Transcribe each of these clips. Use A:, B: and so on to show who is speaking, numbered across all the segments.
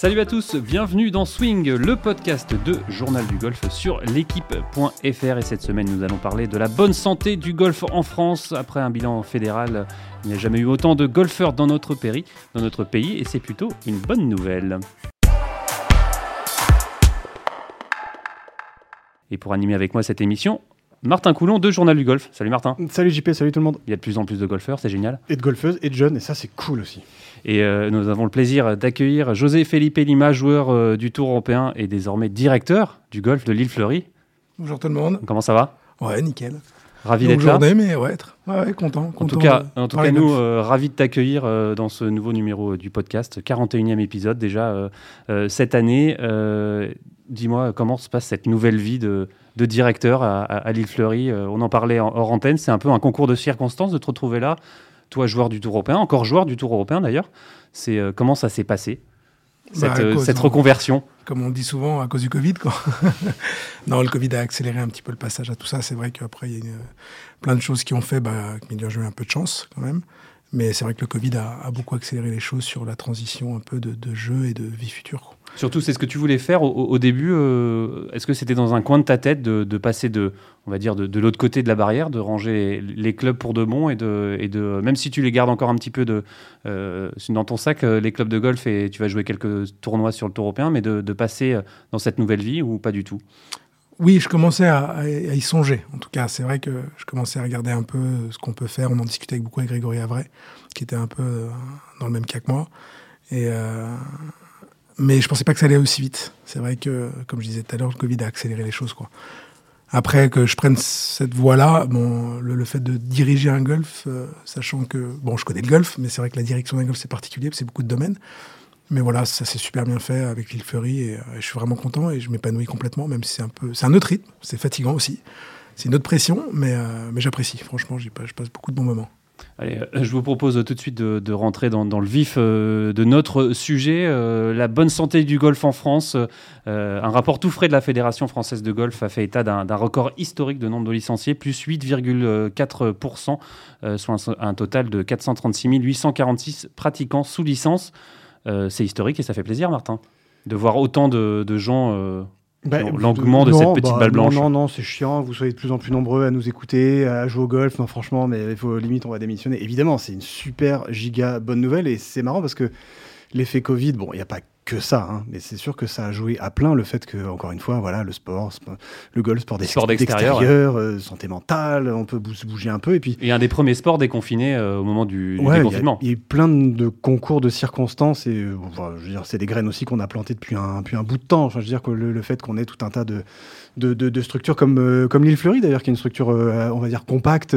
A: Salut à tous, bienvenue dans Swing, le podcast de Journal du Golf sur l'équipe.fr. Et cette semaine, nous allons parler de la bonne santé du golf en France. Après un bilan fédéral, il n'y a jamais eu autant de golfeurs dans notre pays, et c'est plutôt une bonne nouvelle. Et pour animer avec moi cette émission, Martin Coulon de Journal du Golf. Salut Martin.
B: Salut JP, salut tout le monde.
A: Il y a de plus en plus de golfeurs, c'est génial.
B: Et de golfeuses et de jeunes, et ça c'est cool aussi.
A: Et nous avons le plaisir d'accueillir José Felipe Lima, joueur du Tour européen et désormais directeur du golf de l'île Fleury.
C: Bonjour tout le monde.
A: Comment ça va ?
C: Ouais, nickel.
A: Ravi d'être là.
C: Journée, mais ouais, content.
A: En tout cas, nous, ravis de t'accueillir dans ce nouveau numéro du podcast, 41e épisode déjà cette année. Dis-moi, comment se passe cette nouvelle vie de directeur à l'île Fleury ? On en parlait hors antenne, c'est un peu un concours de circonstances de te retrouver là. Toi, joueur du Tour européen, encore joueur du Tour européen d'ailleurs. Comment ça s'est passé, cette reconversion ?
C: Comme on dit souvent, à cause du Covid, quoi. Non, le Covid a accéléré un petit peu le passage à tout ça. C'est vrai qu'après, il y a plein de choses qui ont fait que j'ai eu un peu de chance quand même. Mais c'est vrai que le Covid a beaucoup accéléré les choses sur la transition un peu de jeu et de vie future, quoi.
A: Surtout, c'est ce que tu voulais faire au début. Est-ce que c'était dans un coin de ta tête de passer on va dire, de l'autre côté de la barrière, de ranger les clubs pour de bon et de même si tu les gardes encore un petit peu dans ton sac, les clubs de golf, et tu vas jouer quelques tournois sur le Tour européen, mais de passer dans cette nouvelle vie ou pas du tout ?
C: Oui, je commençais à y songer. En tout cas, c'est vrai que je commençais à regarder un peu ce qu'on peut faire. On en discutait beaucoup avec Grégory Avray, qui était un peu dans le même cas que moi. Mais je ne pensais pas que ça allait aussi vite. C'est vrai que, comme je disais tout à l'heure, le Covid a accéléré les choses, quoi. Après que je prenne cette voie-là, le fait de diriger un golf, sachant que... Bon, je connais le golf, mais c'est vrai que la direction d'un golf, c'est particulier, c'est beaucoup de domaines. Mais voilà, ça s'est super bien fait avec l'île Fleury et je suis vraiment content et je m'épanouis complètement, même si c'est un autre rythme, c'est fatigant aussi. C'est une autre pression, mais j'apprécie. Franchement, je passe beaucoup de bons moments.
A: Allez, je vous propose tout de suite de rentrer dans le vif de notre sujet, la bonne santé du golf en France. Un rapport tout frais de la Fédération française de golf a fait état d'un record historique de nombre de licenciés, plus 8,4%, soit un total de 436 846 pratiquants sous licence. C'est historique et ça fait plaisir, Martin, de voir autant de gens... l'engouement de cette petite balle blanche.
B: Non, c'est chiant. Vous soyez de plus en plus nombreux à nous écouter, à jouer au golf. Non, franchement, mais il faut limite, on va démissionner. Évidemment, c'est une super giga bonne nouvelle et c'est marrant parce que l'effet Covid, il n'y a pas que ça, hein, mais c'est sûr que ça a joué à plein le fait que, encore une fois, voilà, le sport, le golf, sport d'extérieur, santé mentale, on peut se bouger un peu.
A: Et un des premiers sports déconfinés au moment du déconfinement.
B: Il y a eu plein de concours de circonstances et je veux dire, c'est des graines aussi qu'on a plantées depuis un bout de temps. Enfin, je veux dire que le fait qu'on ait tout un tas de structures comme l'île Fleury d'ailleurs, qui est une structure, on va dire, compacte,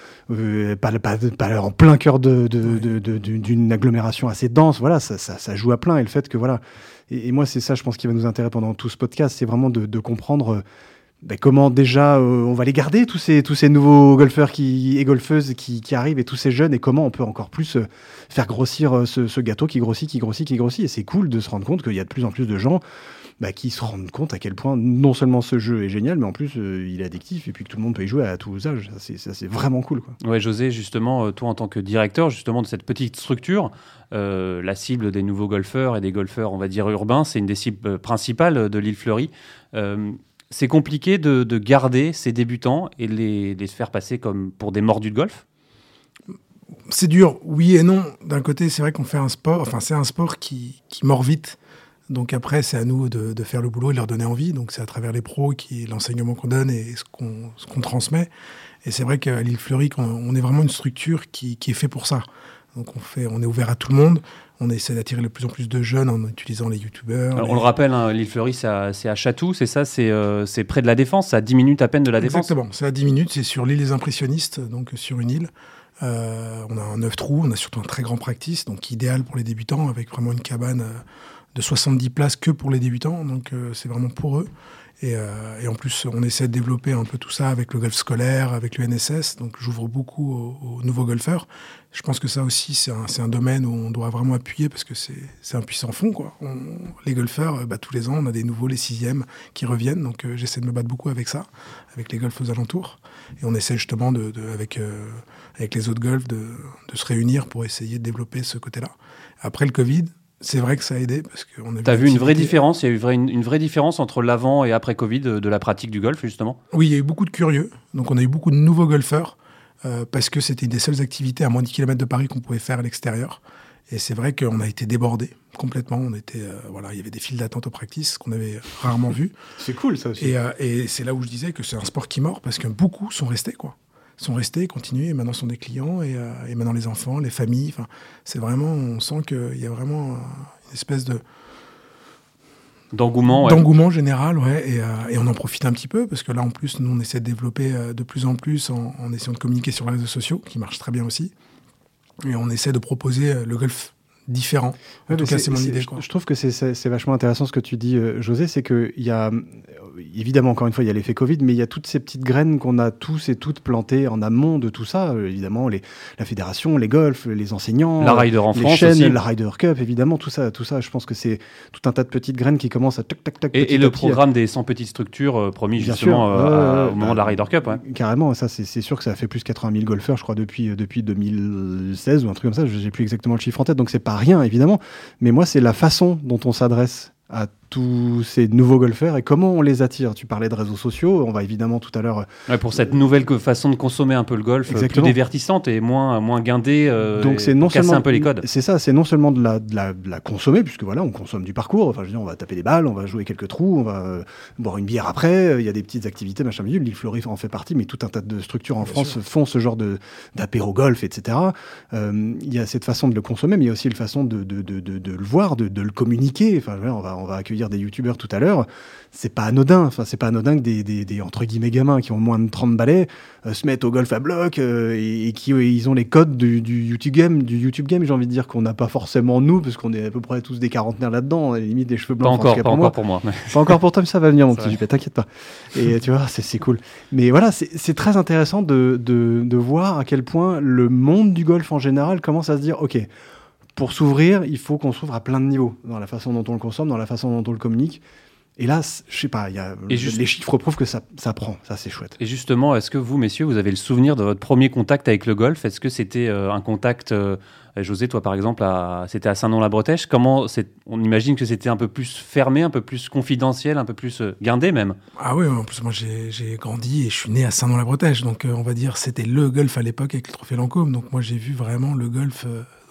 B: pas en plein cœur d'une agglomération assez dense. Voilà, ça joue à plein. Et le fait que, voilà, et moi, c'est ça, je pense, qui va nous intéresser pendant tout ce podcast, c'est vraiment de comprendre comment déjà on va les garder, tous ces nouveaux golfeurs et golfeuses qui arrivent, et tous ces jeunes, et comment on peut encore plus faire grossir ce gâteau qui grossit. Et c'est cool de se rendre compte qu'il y a de plus en plus de gens qui se rendent compte à quel point non seulement ce jeu est génial, mais en plus il est addictif et puis que tout le monde peut y jouer à tous âges. Ça, c'est vraiment cool, quoi.
A: Ouais, José, justement, toi en tant que directeur justement de cette petite structure, la cible des nouveaux golfeurs et des golfeurs, on va dire, urbains, c'est une des cibles principales de l'île Fleury. C'est compliqué de garder ces débutants et de les faire passer comme pour des mordus de golf ?
C: C'est dur, oui et non. D'un côté, c'est vrai qu'on fait un sport, c'est un sport qui mord vite. Donc après, c'est à nous de faire le boulot et de leur donner envie. Donc c'est à travers les pros, l'enseignement qu'on donne et ce qu'on transmet. Et c'est vrai qu'à l'île Fleury, on est vraiment une structure qui est fait pour ça. Donc on est ouvert à tout le monde. On essaie d'attirer de plus en plus de jeunes en utilisant les youtubeurs.
A: On le rappelle, hein, l'île Fleury, c'est à Chatou, c'est ça, c'est près de la Défense, c'est à 10 minutes à peine de la Défense.
C: Exactement, c'est à 10 minutes, c'est sur l'île des Impressionnistes, donc sur une île. On a un 9 trous, on a surtout un très grand practice, donc idéal pour les débutants, avec vraiment une cabane de 70 places que pour les débutants, donc c'est vraiment pour eux. Et en plus, on essaie de développer un peu tout ça avec le golf scolaire, avec l'UNSS, donc j'ouvre beaucoup aux nouveaux golfeurs. Je pense que ça aussi, c'est un domaine où on doit vraiment appuyer parce que c'est un puissant fond, quoi. Les golfeurs, tous les ans, on a des nouveaux, les 6e, qui reviennent, donc j'essaie de me battre beaucoup avec ça, avec les golfs aux alentours. Et on essaie justement, avec les autres golfs, de se réunir pour essayer de développer ce côté-là. Après le Covid, C'est vrai que ça a aidé parce qu'on a
A: T'as vu une vraie différence? Il y a eu une vraie différence entre l'avant et après Covid de la pratique du golf, justement?
C: Oui, il y a eu beaucoup de curieux. Donc, on a eu beaucoup de nouveaux golfeurs parce que c'était une des seules activités à moins de 10 km de Paris qu'on pouvait faire à l'extérieur. Et c'est vrai qu'on a été débordés complètement. On était, il y avait des files d'attente aux practices qu'on avait rarement vues.
B: C'est cool, ça aussi.
C: Et c'est là où je disais que c'est un sport qui mord parce que beaucoup sont restés, quoi. Sont restés, continuent, et maintenant sont des clients, et maintenant les enfants, les familles. Enfin, c'est vraiment, on sent qu'il y a vraiment une espèce
A: d'engouement
C: général, et on en profite un petit peu parce que là, en plus, nous, on essaie de développer de plus en plus en essayant de communiquer sur les réseaux sociaux, qui marchent très bien aussi, et on essaie de proposer le golf différent. En tout cas, c'est mon idée.
B: Je trouve que c'est vachement intéressant ce que tu dis, José, c'est qu'il y a, évidemment, encore une fois, il y a l'effet Covid, mais il y a toutes ces petites graines qu'on a tous et toutes plantées en amont de tout ça. Évidemment, la fédération, les golfs, les enseignants,
A: la Ryder en
B: les
A: France
B: chaînes,
A: aussi.
B: la Ryder Cup, évidemment, tout ça, je pense que c'est tout un tas de petites graines qui commencent à tac.
A: Et le programme des 100 petites structures promis
B: Bien
A: justement
B: sûr,
A: au moment de la Ryder Cup. Ouais.
B: Carrément, ça c'est sûr que ça a fait plus de 80 000 golfeurs, je crois, depuis 2016 ou un truc comme ça. J'ai plus exactement le chiffre en tête, donc c'est pas rien, évidemment. Mais moi, c'est la façon dont on s'adresse à tous ces nouveaux golfeurs et comment on les attire. Tu parlais de réseaux sociaux, on va évidemment tout à l'heure...
A: pour cette nouvelle façon de consommer un peu le golf, plus divertissante et moins guindée,
B: donc c'est non
A: casser
B: seulement,
A: un peu les codes.
B: C'est ça, c'est non seulement de la consommer, puisque voilà, on consomme du parcours, enfin je veux dire, on va taper des balles, on va jouer quelques trous, on va boire une bière après, il y a des petites activités, machin bidule, l'île Fleury en fait partie, mais tout un tas de structures en France font ce genre d'apéro golf, etc. Il y a cette façon de le consommer, mais il y a aussi une façon de le voir, de le communiquer. Enfin, on va accueillir des youtubeurs tout à l'heure. C'est pas anodin. Enfin, c'est pas anodin que des entre guillemets gamins qui ont moins de 30 balais se mettent au golf à bloc et qui ils ont les codes du YouTube game, j'ai envie de dire qu'on n'a pas forcément nous, parce qu'on est à peu près tous des quarantenaires là-dedans, à la limite des cheveux blancs.
A: Pas encore pour moi.
B: Pas encore pour toi, mais ça va venir, mon petit Juppé, t'inquiète pas. Et tu vois, c'est cool. Mais voilà, c'est très intéressant de voir à quel point le monde du golf en général commence à se dire, ok, pour s'ouvrir, il faut qu'on s'ouvre à plein de niveaux, dans la façon dont on le consomme, dans la façon dont on le communique. Et là, je sais pas, les chiffres prouvent que ça prend, ça c'est chouette.
A: Et justement, est-ce que vous, messieurs, vous avez le souvenir de votre premier contact avec le golf? Est-ce que c'était un contact, José, toi par exemple, c'était à Saint-Nom-la-Bretèche? On imagine que c'était un peu plus fermé, un peu plus confidentiel, un peu plus guindé même.
C: Ah oui, en plus moi j'ai grandi et je suis né à Saint-Nom-la-Bretèche, donc on va dire c'était le golf à l'époque avec le Trophée Lancôme, donc moi j'ai vu vraiment le golf...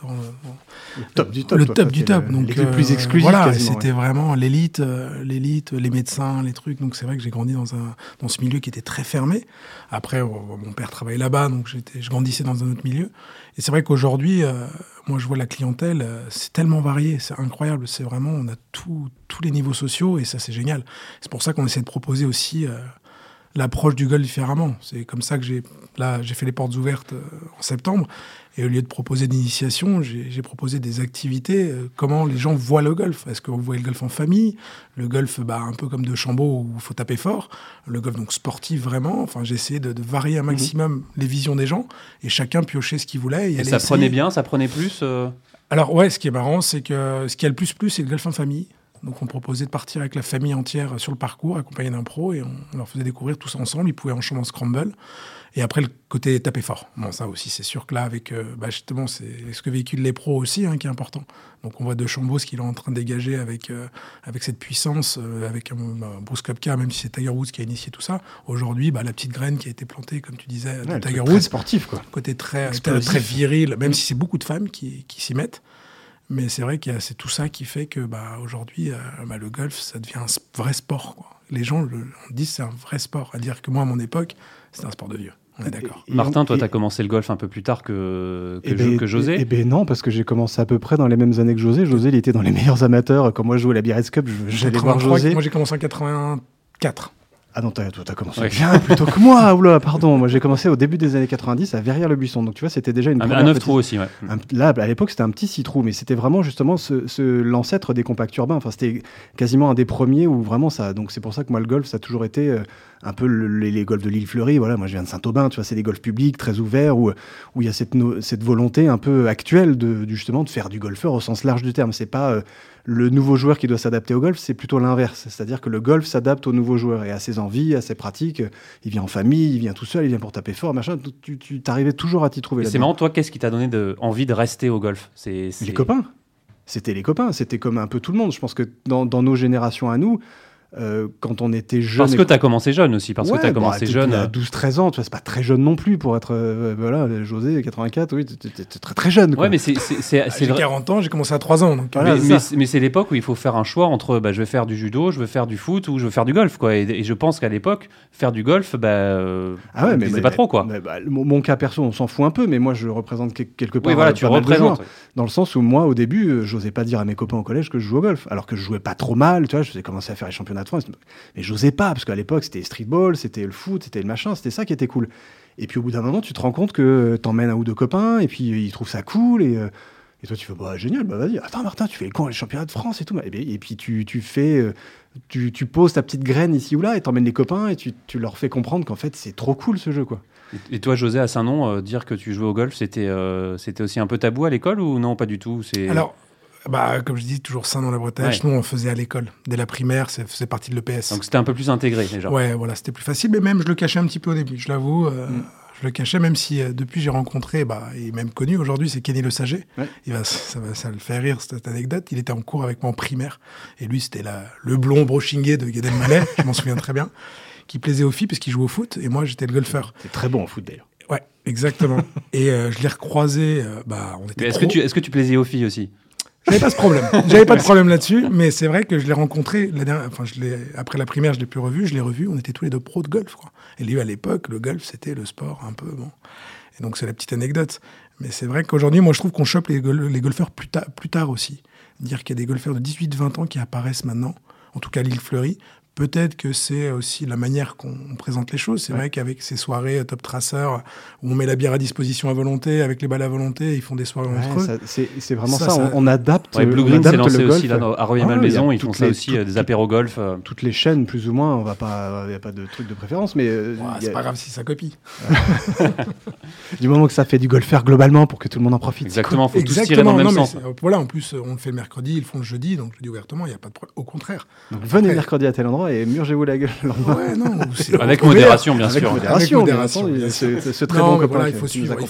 B: le top du top.
C: Le top du top. Donc,
B: les plus exclusifs.
C: Voilà, c'était vraiment l'élite, les médecins, les trucs. Donc c'est vrai que j'ai grandi dans ce milieu qui était très fermé. Après, mon père travaillait là-bas, donc je grandissais dans un autre milieu. Et c'est vrai qu'aujourd'hui, moi je vois la clientèle, c'est tellement varié, c'est incroyable. C'est vraiment, on a tous les niveaux sociaux et ça c'est génial. C'est pour ça qu'on essaie de proposer aussi l'approche du golf différemment. C'est comme ça que j'ai fait les portes ouvertes en septembre. Et au lieu de proposer d'initiation, j'ai proposé des activités, comment les gens voient le golf. Est-ce que vous voyez le golf en famille? Le golf, un peu comme de Chambaud, où il faut taper fort. Le golf, donc sportif vraiment. Enfin, j'ai essayé de varier un maximum les visions des gens. Et chacun piochait ce qu'il voulait.
A: Et ça prenait bien, ça prenait plus
C: Alors ouais, ce qui est marrant, c'est que ce qui a le plus, c'est le golf en famille. Donc on proposait de partir avec la famille entière sur le parcours, accompagné d'un pro, et on leur faisait découvrir tous ensemble. Ils pouvaient en chambre en scramble. Et après, le côté taper fort. Bon, ça aussi, c'est sûr que là, avec justement, c'est ce que véhiculent les pros aussi, qui est important. Donc on voit De Chambaud ce qu'il est en train de dégager avec cette puissance, avec Bruce Koepka, même si c'est Tiger Woods qui a initié tout ça. Aujourd'hui, la petite graine qui a été plantée, comme tu disais, de Tiger Woods.
B: Très sportif, quoi.
C: Côté très viril, même si c'est beaucoup de femmes qui s'y mettent. Mais c'est vrai que c'est tout ça qui fait que aujourd'hui, le golf, ça devient un vrai sport, quoi. Les gens on dit c'est un vrai sport. À dire que moi, à mon époque, c'était un sport de vieux. On est d'accord.
A: Martin, toi, tu as commencé le golf un peu plus tard que José.
B: Eh bien non, parce que j'ai commencé à peu près dans les mêmes années que José. José, il était dans les meilleurs amateurs. Quand moi, je jouais à la Biarritz Cup, j'allais voir José.
C: Moi, j'ai commencé en 84.
B: Ah non, toi, t'as commencé bien plus tôt que moi. Oula, pardon. Moi, j'ai commencé au début des années 90 à Verrières-le-Buisson. Donc, tu vois, c'était déjà une première...
A: Un 9 trous aussi, ouais.
B: Là, à l'époque, c'était un petit 6 trous, mais c'était vraiment justement l'ancêtre des compacts urbains. Enfin, c'était quasiment un des premiers où vraiment ça... Donc, c'est pour ça que moi, le golf, ça a toujours été un peu les golfs de l'île Fleury. Voilà, moi, je viens de Saint-Aubin, tu vois, c'est des golfs publics, très ouverts, où il y a cette volonté un peu actuelle justement de faire du golfeur au sens large du terme. C'est pas... le nouveau joueur qui doit s'adapter au golf, c'est plutôt l'inverse. C'est-à-dire que le golf s'adapte au nouveau joueur et à ses envies, à ses pratiques. Il vient en famille, il vient tout seul, il vient pour taper fort, machin. Tu t'arrivais toujours à t'y trouver.
A: C'est marrant, toi, qu'est-ce qui t'a donné envie de rester au golf?
B: Les copains. c'était les copains, c'était comme un peu tout le monde. Je pense que dans nos générations à nous, quand on était jeune...
A: Parce que tu as commencé jeune aussi, parce que tu as commencé jeune.
B: À 12-13 ans, tu vois, c'est pas très jeune non plus pour être... voilà, José, 84, oui, t'es très très jeune. Quoi.
A: Ouais, mais c'est
C: j'ai 40 ans, j'ai commencé à 3 ans. Donc,
B: voilà,
A: mais c'est l'époque où il faut faire un choix entre je vais faire du judo, je veux faire du foot ou je veux faire du golf. Quoi. Et je pense qu'à l'époque, faire du golf, c'est pas trop. Quoi.
B: Mon cas perso, on s'en fout un peu, mais moi je représente quelque part...
A: Oui, voilà, tu représentes.
B: Dans le sens où moi, au début, j'osais pas dire à mes copains au collège que je jouais au golf, alors que je jouais pas trop mal, tu vois, je faisais commencer à faire les championnats de France, mais j'osais pas, parce qu'à l'époque, c'était streetball, c'était le foot, c'était le machin, c'était ça qui était cool. Et puis au bout d'un moment, tu te rends compte que t'emmènes un ou deux copains, et puis ils trouvent ça cool, et toi tu fais, génial, vas-y, attends Martin, tu fais les championnats de France et tout, et puis tu poses ta petite graine ici ou là, et t'emmènes les copains, et tu leur fais comprendre qu'en fait, c'est trop cool ce jeu, quoi.
A: Et toi, José, à Saint-Nom, dire que tu jouais au golf, c'était aussi un peu tabou à l'école ou non, pas du tout?
C: Alors, comme je dis, toujours Saint-Nom-la-Bretagne, nous on faisait à l'école. Dès la primaire, ça faisait partie de l'EPS.
A: Donc c'était un peu plus intégré déjà.
C: Ouais, voilà, c'était plus facile, mais même je le cachais un petit peu au début, je l'avoue. Je le cachais, même si depuis j'ai rencontré, et même connu aujourd'hui, c'est Kenny Le Saget. Ouais. Ça le fait rire cette anecdote. Il était en cours avec moi en primaire. Et lui, c'était le blond brochingué de Gad Elmaleh, je m'en souviens très bien, qui plaisait aux filles parce qu'il jouait au foot. Et moi, j'étais le golfeur.
B: T'es très bon au foot d'ailleurs.
C: Ouais, exactement. Et je l'ai recroisé. On était
A: est-ce que tu plaisais aux filles aussi?
C: J'avais pas ce problème. J'avais pas de problème là-dessus, mais c'est vrai que je l'ai rencontré après la primaire, je l'ai plus revu, je l'ai revu, on était tous les deux pros de golf, quoi. Et lui, à l'époque, le golf, c'était le sport un peu, bon. Et donc, c'est la petite anecdote. Mais c'est vrai qu'aujourd'hui, moi, je trouve qu'on chope les golfeurs plus tard aussi. Dire qu'il y a des golfeurs de 18-20 ans qui apparaissent maintenant, en tout cas à l'île Fleury. Peut-être que c'est aussi la manière qu'on présente les choses. C'est vrai qu'avec ces soirées Top Tracer, où on met la bière à disposition à volonté, avec les balles à volonté, ils font des soirées entre eux.
B: C'est vraiment ça. On adapte.
A: Blue Green s'est lancé aussi là, à Royer-Malmaison. Ils font ça aussi, des apéros golf.
B: Toutes les chaînes, plus ou moins, il n'y a pas de truc de préférence. Mais
C: c'est pas grave si ça copie.
B: Du moment que ça fait du golfeur globalement pour que tout le monde en profite.
A: Exactement, il faut tous tirer dans le même sens.
C: Voilà, en plus, on le fait le mercredi, ils le font le jeudi, donc je le dis ouvertement, il n'y a pas de problème. Au contraire.
B: Donc venez mercredi à tel endroit et murgez-vous la gueule.
C: Ouais, non,
A: avec modération, bien sûr.
B: Avec modération, ce très bon copain
C: il faut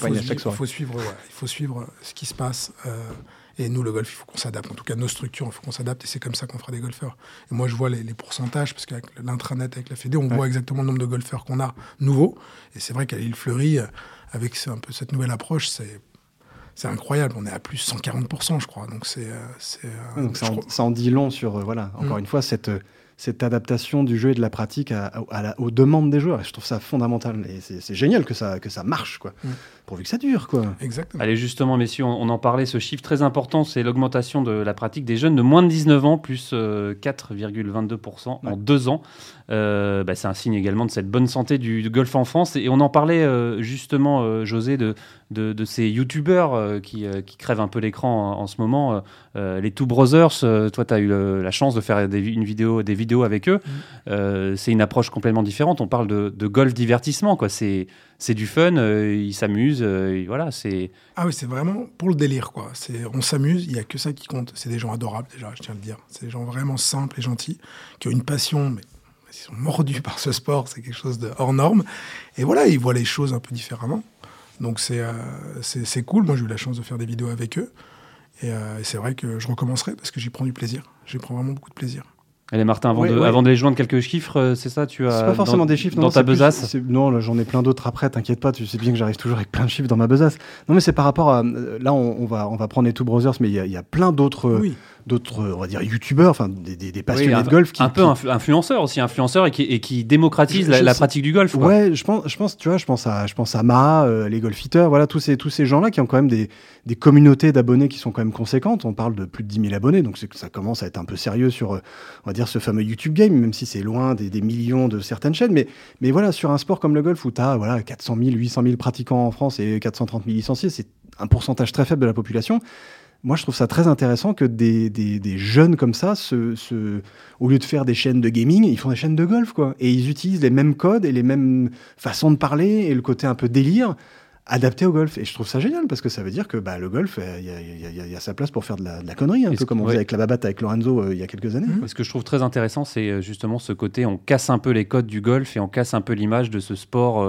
C: suivre ce qui se passe. Et nous, le golf, il faut qu'on s'adapte. En tout cas, nos structures, il faut qu'on s'adapte. Et c'est comme ça qu'on fera des golfeurs. Et moi, je vois les pourcentages, parce qu'avec l'intranet, avec la Fédé, on voit exactement le nombre de golfeurs qu'on a nouveaux. Et c'est vrai qu'à l'île Fleury, avec un peu cette nouvelle approche, c'est incroyable. On est à plus 140%, je crois. Donc,
B: ça en dit long sur, encore une fois, cette adaptation du jeu et de la pratique aux demandes des joueurs. Et je trouve ça fondamental. Et c'est génial que ça marche, quoi. Pourvu que ça dure, quoi.
C: Exactement.
A: Allez, justement, messieurs, on en parlait, ce chiffre très important, c'est l'augmentation de la pratique des jeunes de moins de 19 ans, plus 4,22% en 2 ans. C'est un signe également de cette bonne santé du golf en France. Et on en parlait justement, José, de ces youtubeurs qui crèvent un peu l'écran en ce moment. Les Two Brothers, toi, tu as eu la chance de faire des vidéos avec eux. C'est une approche complètement différente. On parle de golf divertissement, quoi. C'est du fun, ils s'amusent, voilà, c'est...
C: Ah oui, c'est vraiment pour le délire, quoi. On s'amuse, il n'y a que ça qui compte. C'est des gens adorables, déjà, je tiens à le dire. C'est des gens vraiment simples et gentils, qui ont une passion, mais ils sont mordus par ce sport, c'est quelque chose de hors norme. Et voilà, ils voient les choses un peu différemment. Donc c'est cool. Moi, j'ai eu la chance de faire des vidéos avec eux. Et c'est vrai que je recommencerai, parce que j'y prends du plaisir. J'y prends vraiment beaucoup de plaisir.
A: Allez Martin, avant de les joindre quelques chiffres, c'est ça, tu as...
B: C'est pas forcément des chiffres,
A: dans ta besace.
B: Non, là, j'en ai plein d'autres après, t'inquiète pas, tu sais bien que j'arrive toujours avec plein de chiffres dans ma besace. Non mais c'est par rapport à... Là, on va prendre les Two Brothers, mais il y a plein d'autres... on va dire, youtubeurs, enfin des passionnés de golf.
A: Influenceurs et qui démocratisent la pratique du golf. Quoi.
B: Ouais, je pense à Maha, les golfiteurs, voilà, tous ces gens-là qui ont quand même des communautés d'abonnés qui sont quand même conséquentes. On parle de plus de 10 000 abonnés, donc ça commence à être un peu sérieux sur, on va dire, ce fameux YouTube Game, même si c'est loin des millions de certaines chaînes. Mais voilà, sur un sport comme le golf où tu as 400 000, 800 000 pratiquants en France et 430 000 licenciés, c'est un pourcentage très faible de la population. Moi, je trouve ça très intéressant que des jeunes comme ça, au lieu de faire des chaînes de gaming, ils font des chaînes de golf, quoi. Et ils utilisent les mêmes codes et les mêmes façons de parler et le côté un peu délire adapté au golf. Et je trouve ça génial parce que ça veut dire que le golf, il y a sa place pour faire de la connerie, un peu comme on faisait avec la babatte avec Lorenzo il y a quelques années.
A: Ce que je trouve très intéressant, c'est justement ce côté, on casse un peu les codes du golf et on casse un peu l'image de ce sport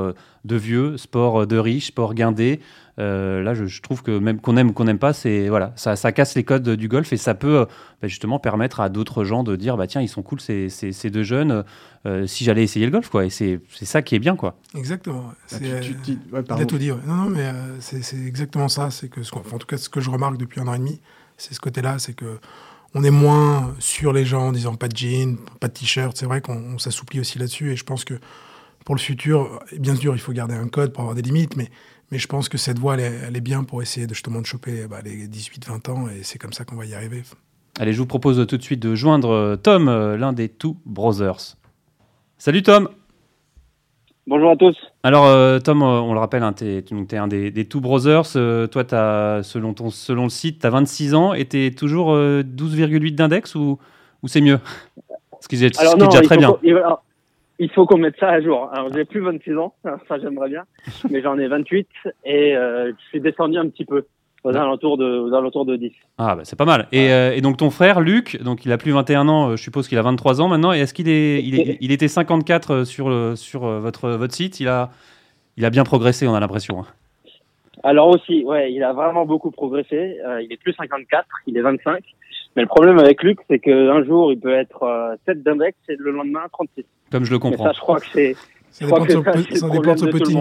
A: de vieux, sport de riches, sport guindé. Là, je trouve que même qu'on aime ou qu'on n'aime pas, ça casse les codes du golf et ça peut justement permettre à d'autres gens de dire tiens, ils sont cool ces deux jeunes. Si j'allais essayer le golf, quoi. Et c'est ça qui est bien, quoi.
C: Exactement.
B: Ouais,
C: t'as tout dit. Ouais. Non, mais c'est exactement ça. C'est que, en tout cas, ce que je remarque depuis 1 an et demi, c'est ce côté-là, c'est que on est moins sur les gens en disant pas de jeans, pas de t-shirt. C'est vrai qu'on s'assouplit aussi là-dessus. Et je pense que pour le futur, bien sûr, il faut garder un code pour avoir des limites, mais je pense que cette voie, elle est bien pour essayer justement de choper les 18-20 ans, et c'est comme ça qu'on va y arriver.
A: Allez, je vous propose tout de suite de joindre Tom, l'un des Two Brothers. Salut Tom.
D: Bonjour à tous.
A: Alors Tom, on le rappelle, tu es un des Two Brothers. Toi, selon le site, tu as 26 ans et tu es toujours 12,8 d'index ou c'est mieux? Ce qui est déjà très bien.
D: Il faut qu'on mette ça à jour. Alors, j'ai plus 26 ans, ça j'aimerais bien, mais j'en ai 28 et je suis descendu un petit peu, aux alentours de 10.
A: Ah, c'est pas mal. Et donc ton frère, Luc, donc il a plus 21 ans, je suppose qu'il a 23 ans maintenant, et est-ce il était 54 sur votre site? Il a bien progressé, on a l'impression.
D: Alors aussi, ouais, il a vraiment beaucoup progressé. Il est plus 54, il est 25. Mais le problème avec Luc, c'est qu'un jour, il peut être 7 d'index et le lendemain, 36.
A: Comme je le comprends.
D: Mais ça, je crois que c'est
C: ça dépend de ce petit.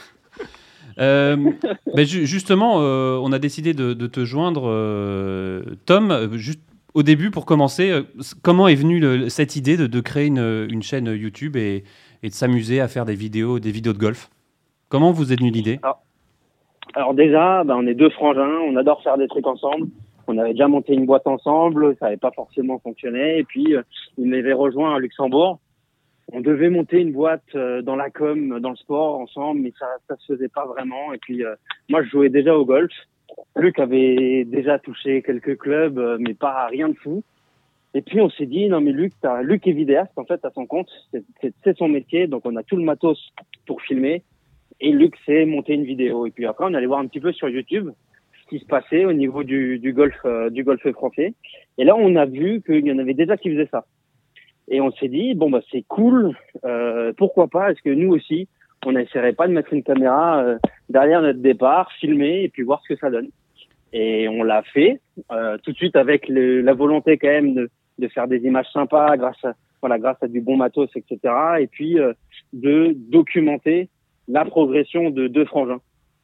A: Justement, on a décidé de te joindre, Tom, juste au début, pour commencer. Comment est venue cette idée de créer une chaîne YouTube et de s'amuser à faire des vidéos de golf? Comment vous est venue l'idée?
D: Alors déjà, on est deux frangins, on adore faire des trucs ensemble. On avait déjà monté une boîte ensemble, ça n'avait pas forcément fonctionné. Et puis, il m'avait rejoint à Luxembourg. On devait monter une boîte dans la com, dans le sport ensemble, mais ça se faisait pas vraiment. Et puis, moi, je jouais déjà au golf. Luc avait déjà touché quelques clubs, mais pas rien de fou. Et puis, on s'est dit, non, mais Luc est vidéaste, en fait, à son compte. C'est son métier, donc on a tout le matos pour filmer. Et Luc s'est monté une vidéo. Et puis après, on allait voir un petit peu sur YouTube ce qui se passait au niveau du golf français. Et là, on a vu qu'il y en avait déjà qui faisaient ça. Et on s'est dit, c'est cool, pourquoi pas, est-ce que nous aussi, on n'essaierait pas de mettre une caméra derrière notre départ, filmer et puis voir ce que ça donne. Et on l'a fait, tout de suite avec la volonté quand même de faire des images sympas grâce à du bon matos, etc. Et puis de documenter la progression de deux frangins.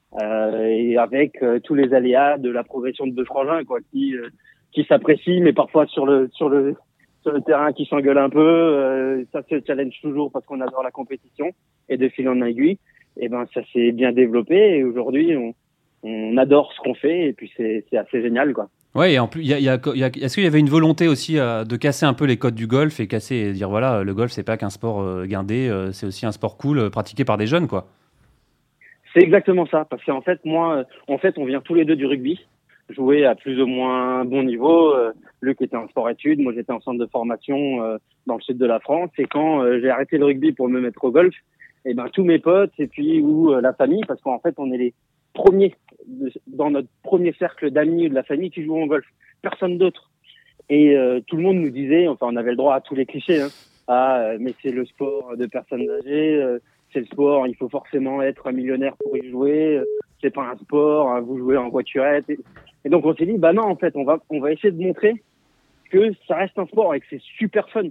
D: Et avec tous les aléas de la progression de deux frangins, qui s'apprécient, mais parfois sur le terrain qui s'engueule un peu, ça se challenge toujours parce qu'on adore la compétition, et de fil en aiguille, ça s'est bien développé, et aujourd'hui on adore ce qu'on fait, et puis c'est assez génial, quoi.
A: Ouais, et en plus, est-ce qu'il y avait une volonté aussi de casser un peu les codes du golf et dire voilà, le golf c'est pas qu'un sport guindé, c'est aussi un sport cool pratiqué par des jeunes, quoi.
D: C'est exactement ça, parce qu'en fait, on vient tous les deux du rugby, jouer à plus ou moins bon niveau. Luc était en sport-études, moi j'étais en centre de formation dans le sud de la France. Et quand j'ai arrêté le rugby pour me mettre au golf, tous mes potes et puis la famille, parce qu'en fait on est les premiers dans notre premier cercle d'amis de la famille qui jouent au golf, personne d'autre. Et tout le monde nous disait, on avait le droit à tous les clichés, mais c'est le sport de personnes âgées, c'est le sport, il faut forcément être un millionnaire pour y jouer, c'est pas un sport, vous jouez en voiturette. Et donc on s'est dit, non, en fait, on va essayer de montrer que ça reste un sport et que c'est super fun.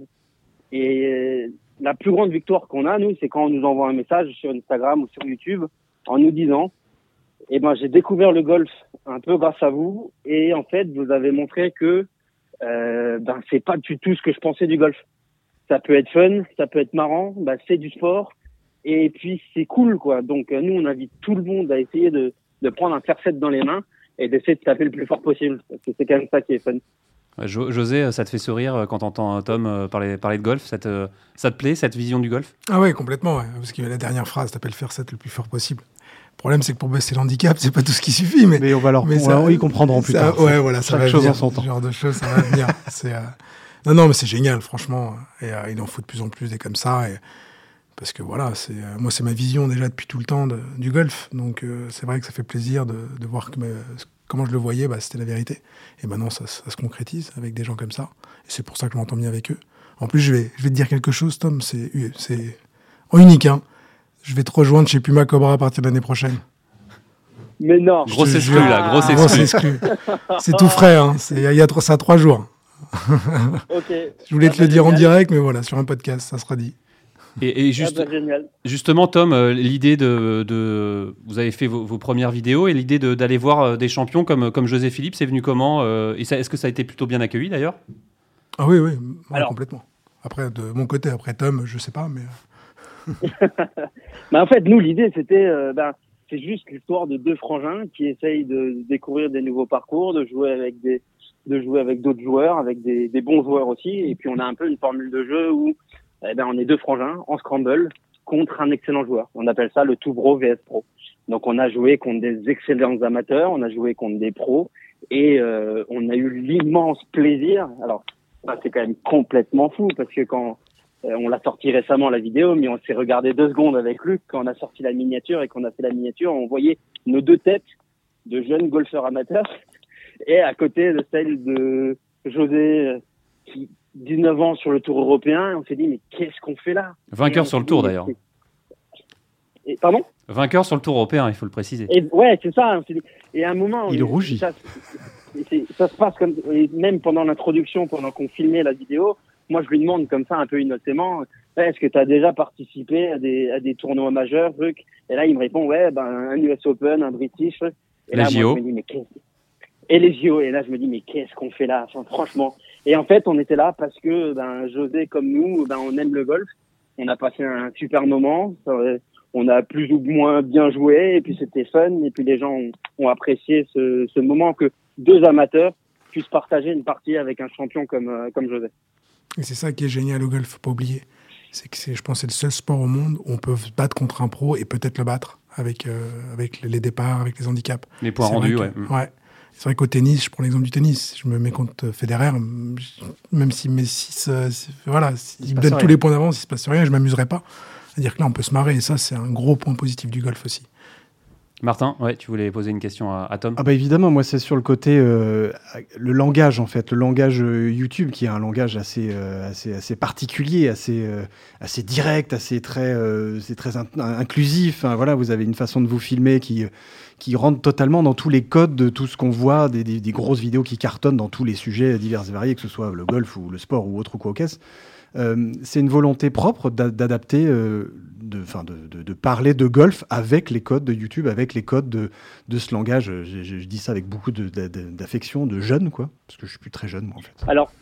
D: Et la plus grande victoire qu'on a, nous, c'est quand on nous envoie un message sur Instagram ou sur YouTube en nous disant, j'ai découvert le golf un peu grâce à vous, et en fait, vous avez montré que c'est pas du tout ce que je pensais du golf. Ça peut être fun, ça peut être marrant, c'est du sport. Et puis c'est cool, quoi. Donc nous, on invite tout le monde à essayer de prendre un fer-set dans les mains et d'essayer de taper le plus fort possible, parce que c'est quand même ça qui est fun.
A: José, ça te fait sourire quand t'entends Tom parler de golf? Ça te plaît, cette vision du golf?
C: Ah ouais, complètement, ouais. Parce que la dernière phrase, taper le fer-set le plus fort possible. Le problème, c'est que pour baisser l'handicap, c'est pas tout ce qui suffit, mais
B: ils comprendront plus tard.
C: Ouais, voilà, ça va
B: chose
C: venir.
B: en son temps.
C: Ce genre de choses, ça va venir. Non, mais c'est génial, franchement. Et il en faut de plus en plus des comme ça. Parce que voilà, moi c'est ma vision déjà depuis tout le temps du golf, donc c'est vrai que ça fait plaisir de voir que comment je le voyais, c'était la vérité. Et maintenant ça se concrétise avec des gens comme ça, et c'est pour ça que je m'entends bien avec eux. En plus je vais te dire quelque chose, Tom, c'est unique, hein. Je vais te rejoindre chez Puma Cobra à partir de l'année prochaine.
D: Mais non.
A: Grosse exclu, là, grosse exclu.
C: C'est tout frais, hein. Ça a 3 jours.
D: Ok.
C: Je voulais te le dire en direct, mais voilà, sur un podcast, ça sera dit.
A: Et
D: génial.
A: Justement, Tom, l'idée de vous avez fait vos premières vidéos et l'idée d'aller voir des champions comme José Philippe, c'est venu comment est-ce que ça a été plutôt bien accueilli d'ailleurs?
C: Ah oui, complètement. Après, de mon côté, après Tom, je sais pas, mais...
D: En fait, nous, l'idée, c'était... c'est juste l'histoire de 2 frangins qui essayent de découvrir des nouveaux parcours, de jouer avec d'autres joueurs, avec des bons joueurs aussi. Et puis, on a un peu une formule de jeu où on est 2 frangins en scramble contre un excellent joueur. On appelle ça le tout bro vs pro. Donc, on a joué contre des excellents amateurs, on a joué contre des pros et on a eu l'immense plaisir. Alors, c'est quand même complètement fou parce que quand on l'a sorti récemment la vidéo, mais on s'est regardé 2 secondes avec Luc quand on a sorti la miniature et qu'on a fait la miniature, on voyait nos 2 têtes de jeunes golfeurs amateurs et à côté de celle de José qui 19 ans sur le tour européen, on s'est dit mais qu'est-ce qu'on fait là?
A: Vainqueur sur le tour d'ailleurs.
D: Pardon?
A: Vainqueur sur le tour européen, il faut le préciser.
D: Ouais, c'est ça. On s'est dit. Et à un moment,
B: il rougit.
D: Ça se passe comme même pendant l'introduction, pendant qu'on filmait la vidéo. Moi, je lui demande comme ça, un peu innocemment, est-ce que tu as déjà participé à des tournois majeurs, truc? Et là, il me répond, un US Open, un British. Et là,
A: JO.
D: Moi, je me dis, mais et les JO. Et là, je me dis, mais qu'est-ce qu'on fait là? Enfin, franchement. Et en fait, on était là parce que, José, comme nous, on aime le golf. On a passé un super moment. On a plus ou moins bien joué. Et puis, c'était fun. Et puis, les gens ont apprécié ce moment que 2 amateurs puissent partager une partie avec un champion comme José.
C: Et c'est ça qui est génial au golf, faut pas oublier. C'est que je pense que c'est le seul sport au monde où on peut se battre contre un pro et peut-être le battre avec les départs, avec les handicaps.
A: Les points rendus, ouais.
C: C'est vrai qu'au tennis, je prends l'exemple du tennis, je me mets contre Federer, même si mes 6, il me donne tous les points d'avance, il ne se passe rien, je ne m'amuserai pas. C'est-à-dire que là, on peut se marrer et ça, c'est un gros point positif du golf aussi.
A: Martin, tu voulais poser une question à Tom?
B: Évidemment, moi c'est sur le côté le langage en fait, le langage YouTube qui est un langage assez particulier, assez direct, c'est très inclusif. Hein, voilà, vous avez une façon de vous filmer qui rentre totalement dans tous les codes de tout ce qu'on voit, des grosses vidéos qui cartonnent dans tous les sujets divers et variés, que ce soit le golf ou le sport ou autre quoi qu'est-ce. C'est une volonté propre d'adapter, de parler de golf avec les codes de YouTube, avec les codes de ce langage. Je dis ça avec beaucoup d'affection, de jeune, quoi, parce que je suis plus très jeune, moi, en fait.
D: Alors,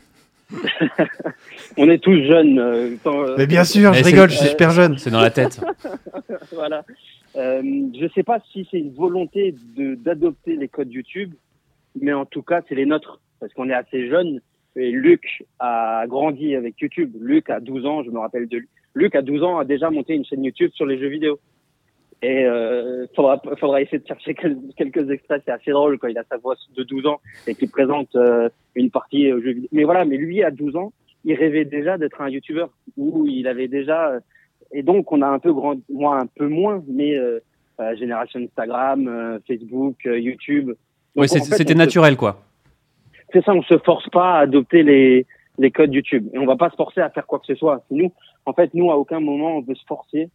D: on est tous jeunes.
B: Mais bien sûr, je rigole, je suis super jeune.
A: C'est dans la tête.
D: Voilà. Je sais pas si c'est une volonté d'adopter les codes YouTube, mais en tout cas, c'est les nôtres, parce qu'on est assez jeunes. Et Luc a grandi avec YouTube. Luc, à 12 ans, je me rappelle de lui. Luc, à 12 ans, a déjà monté une chaîne YouTube sur les jeux vidéo. Et faudra essayer de chercher quelques extraits. C'est assez drôle quand il a sa voix de 12 ans et qu'il présente une partie aux jeux vidéo. Mais voilà, mais lui, à 12 ans, il rêvait déjà d'être un YouTuber. Où il avait déjà... et donc, on a un peu grandi, moi un peu moins, mais génération Instagram, Facebook, YouTube.
A: Oui, c'était naturel, quoi.
D: C'est ça, on se force pas à adopter les codes YouTube. Et on va pas se forcer à faire quoi que ce soit. Nous, à aucun moment, on veut se forcer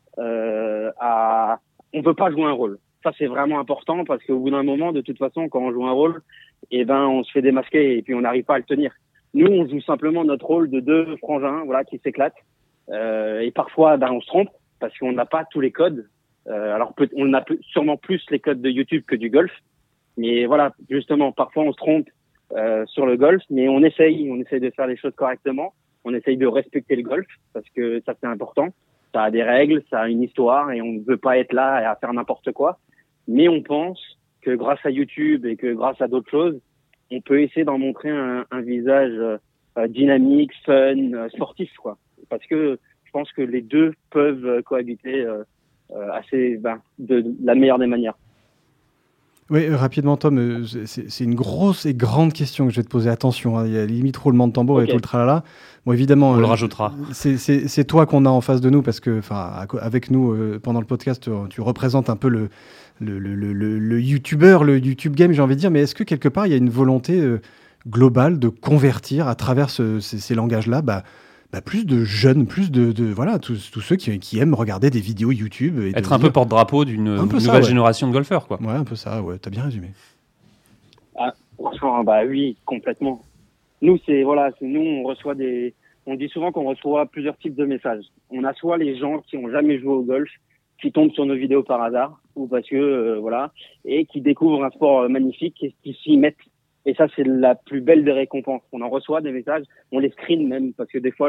D: on veut pas jouer un rôle. Ça, c'est vraiment important parce qu'au bout d'un moment, de toute façon, quand on joue un rôle, on se fait démasquer et puis on n'arrive pas à le tenir. Nous, on joue simplement notre rôle de 2 frangins, qui s'éclatent. Et parfois, on se trompe parce qu'on n'a pas tous les codes. Alors, on a sûrement plus les codes de YouTube que du golf. Mais voilà, justement, parfois, on se trompe sur le golf, mais on essaye de faire les choses correctement. On essaye de respecter le golf parce que ça, c'est important. Ça a des règles, ça a une histoire et on ne veut pas être là et à faire n'importe quoi. Mais on pense que grâce à YouTube et que grâce à d'autres choses, on peut essayer d'en montrer un visage dynamique, fun, sportif, quoi. Parce que je pense que les deux peuvent cohabiter de la meilleure des manières.
B: Oui, rapidement, Tom, c'est une grosse et grande question que je vais te poser. Attention, il y a limite roulement de tambour et tout le tralala. Bon, évidemment,
A: on le rajoutera.
B: C'est toi qu'on a en face de nous parce que, avec nous pendant le podcast, tu représentes un peu le YouTuber, le YouTube game, j'ai envie de dire. Mais est-ce que quelque part il y a une volonté globale de convertir à travers ces langages-là, plus de jeunes, plus de voilà, tous ceux qui aiment regarder des vidéos YouTube. Et
A: être un peu porte-drapeau d'une nouvelle génération de golfeurs, quoi.
B: Ouais, un peu ça, ouais, t'as bien résumé.
D: Ah, franchement, oui, complètement. Nous, nous, on dit souvent qu'on reçoit plusieurs types de messages. On a soit les gens qui ont jamais joué au golf, qui tombent sur nos vidéos par hasard, ou parce que, et qui découvrent un sport magnifique et qui s'y mettent. Et ça, c'est la plus belle des récompenses. On en reçoit des messages, on les screen même, parce que des fois,